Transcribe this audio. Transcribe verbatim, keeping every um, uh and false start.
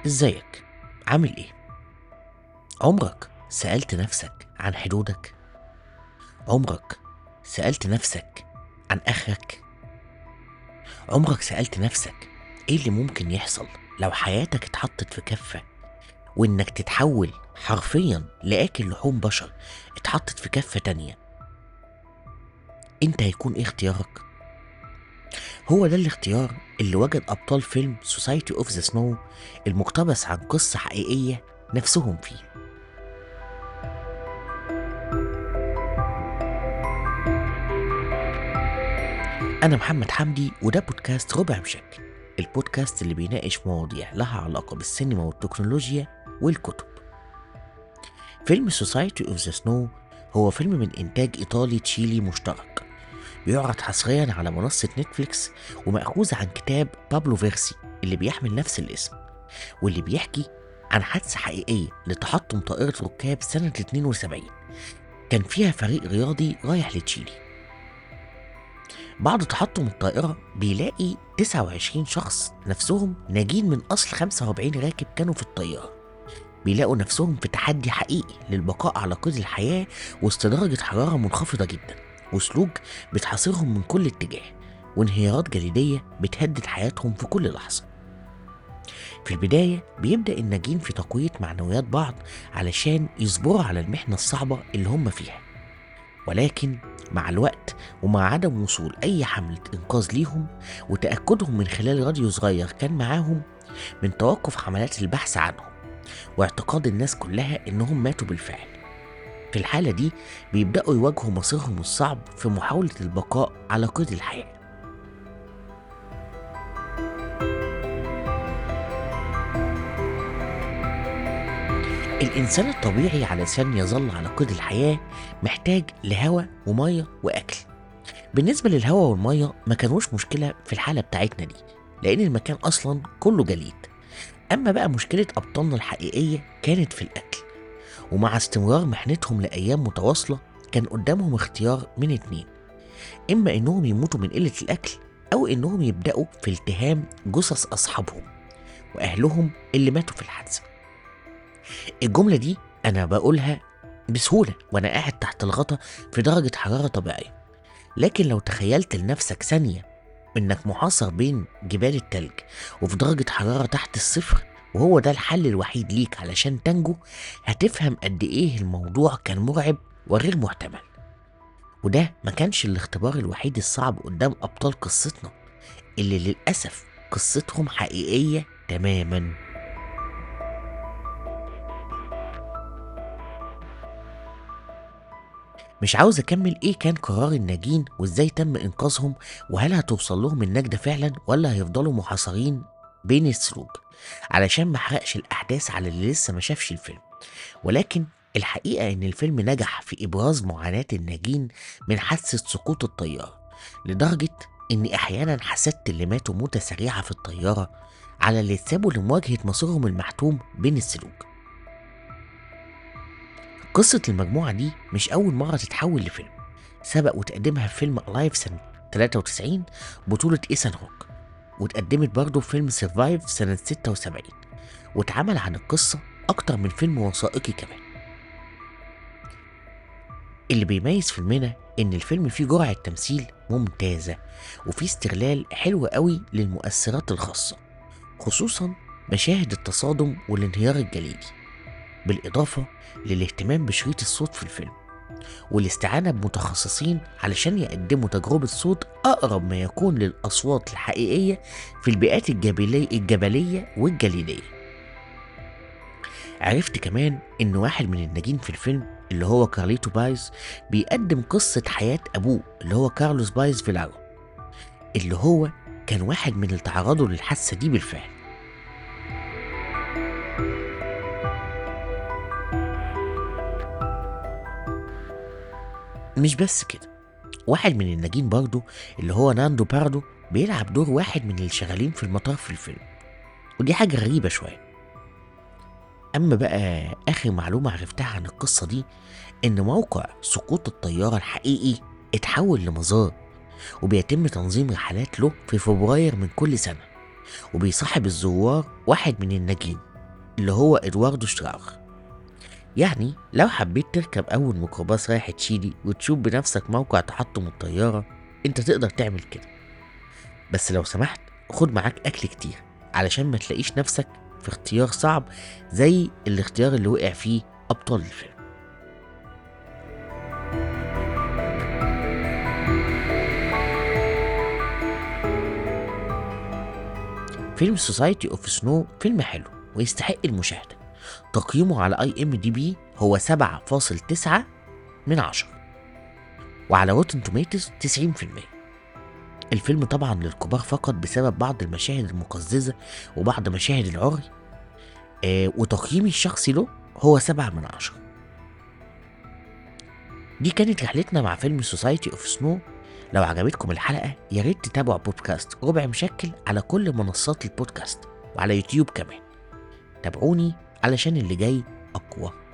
ازيك؟ عامل ايه؟ عمرك سألت نفسك عن حدودك؟ عمرك سألت نفسك عن آخرك؟ عمرك سألت نفسك ايه اللي ممكن يحصل لو حياتك اتحطت في كفة، وانك تتحول حرفيا لآكل لحوم بشر اتحطت في كفة تانية؟ انت هيكون ايه اختيارك؟ هو ده الاختيار اللي وجد أبطال فيلم Society of the Snow المقتبس عن قصة حقيقية نفسهم فيه. أنا محمد حمدي، وده بودكاست ربع مشكل، البودكاست اللي بيناقش مواضيع لها علاقة بالسينما والتكنولوجيا والكتب. فيلم Society of the Snow هو فيلم من إنتاج إيطالي تشيلي مشترك، بيعرض حصريا على منصة نتفليكس، ومأخوذ عن كتاب بابلو فيرسي اللي بيحمل نفس الاسم، واللي بيحكي عن حادثة حقيقية لتحطم طائرة ركاب سنة اتنين وسبعين كان فيها فريق رياضي رايح لتشيلي. بعد تحطم الطائرة بيلاقي تسعة وعشرين شخص نفسهم ناجين من أصل خمسة وأربعين راكب كانوا في الطائرة، بيلاقوا نفسهم في تحدي حقيقي للبقاء على قيد الحياة وسط درجة حرارة منخفضة جدا، وسلوج بتحاصرهم من كل اتجاه، وانهيارات جليدية بتهدد حياتهم في كل لحظة. في البداية بيبدأ الناجين في تقوية معنويات بعض علشان يصبروا على المحنة الصعبة اللي هم فيها، ولكن مع الوقت ومع عدم وصول أي حملة إنقاذ ليهم، وتأكدهم من خلال راديو صغير كان معاهم من توقف حملات البحث عنهم، واعتقاد الناس كلها إنهم ماتوا بالفعل، في الحالة دي بيبدأوا يواجهوا مصيرهم الصعب في محاولة البقاء على قيد الحياة. الإنسان الطبيعي علشان يظل على قيد الحياة محتاج لهواء ومية وأكل. بالنسبة للهواء والمية ما كانوش مشكلة في الحالة بتاعتنا دي، لأن المكان أصلا كله جليد. أما بقى مشكلة أبطالنا الحقيقية كانت في الأكل، ومع استمرار محنتهم لأيام متواصلة كان قدامهم اختيار من اتنين: إما إنهم يموتوا من قلة الأكل، أو إنهم يبدأوا في التهام جثث أصحابهم وأهلهم اللي ماتوا في الحادثة. الجملة دي أنا بقولها بسهولة وأنا قاعد تحت الغطا في درجة حرارة طبيعية، لكن لو تخيلت لنفسك ثانية إنك محاصر بين جبال التلج وفي درجة حرارة تحت الصفر، وهو ده الحل الوحيد ليك علشان تنجو، هتفهم قد إيه الموضوع كان مرعب وغير محتمل. وده ما كانش الاختبار الوحيد الصعب قدام أبطال قصتنا، اللي للأسف قصتهم حقيقية تماماً. مش عاوز أكمل إيه كان قرار الناجين وإزاي تم إنقاذهم، وهل هتوصل لهم النجدة فعلا ولا هيفضلوا محاصرين بين السلوج، علشان ما احرقش الأحداث على اللي لسه ما شافش الفيلم. ولكن الحقيقة إن الفيلم نجح في إبراز معاناة الناجين من حادثة سقوط الطيارة، لدرجة إني أحيانا حسدت اللي ماتوا موتة سريعة في الطيارة على اللي اتسابوا لمواجهة مصيرهم المحتوم بين السلوج. قصة المجموعة دي مش أول مرة تتحول لفيلم، سبق وتقدمها في فيلم ألايف سنة تلاتة وتسعين بطولة إيثان هوك، وتقدمت برضه في فيلم سيرفايف سنة ستة وسبعين، واتعمل عن القصة أكتر من فيلم وثائقي كمان. اللي بيميز فيلمنا إن الفيلم فيه جرعة تمثيل ممتازة، وفيه استغلال حلو قوي للمؤثرات الخاصة، خصوصا مشاهد التصادم والانهيار الجليدي، بالإضافة للاهتمام بشريط الصوت في الفيلم والاستعانة بمتخصصين علشان يقدموا تجربة صوت أقرب ما يكون للأصوات الحقيقية في البيئات الجبلية, الجبلية والجليدية. عرفت كمان إن واحد من الناجين في الفيلم اللي هو كارليتو بايز بيقدم قصة حياة أبوه اللي هو كارلوس بايز فيلارو، اللي هو كان واحد من اللي تعرضوا للحادثة دي بالفعل. مش بس كده، واحد من الناجين برضو اللي هو ناندو باردو بيلعب دور واحد من اللي شغالين في المطار في الفيلم، ودي حاجة غريبة شوية. أما بقى آخر معلومة عرفتها عن القصة دي إن موقع سقوط الطيارة الحقيقي اتحول لمزار، وبيتم تنظيم رحلات له في فبراير من كل سنة، وبيصاحب الزوار واحد من الناجين اللي هو إدواردو شتراوخ. يعني لو حبيت تركب أول ميكروباص رايح تشيلي وتشوف بنفسك موقع تحطم الطيارة، انت تقدر تعمل كده، بس لو سمحت خد معاك أكل كتير علشان ما تلاقيش نفسك في اختيار صعب زي الاختيار اللي وقع فيه أبطال الفيلم. فيلم سوسايتي اوف سنو فيلم حلو ويستحق المشاهدة. تقييمه على اي ام دي بي هو سبعة فاصل تسعة من عشرة، وعلى روتن توميتوز تسعين في المية. الفيلم طبعا للكبار فقط بسبب بعض المشاهد المقززة وبعض مشاهد العري، آه وتقييمي الشخصي له هو سبعة من عشرة. دي كانت رحلتنا مع فيلم سوسايتي اوف سنو. لو عجبتكم الحلقة ياريت تتابعوا بودكاست ربع مشكل على كل منصات البودكاست وعلى يوتيوب كمان. تابعوني علشان اللي جاي أقوى.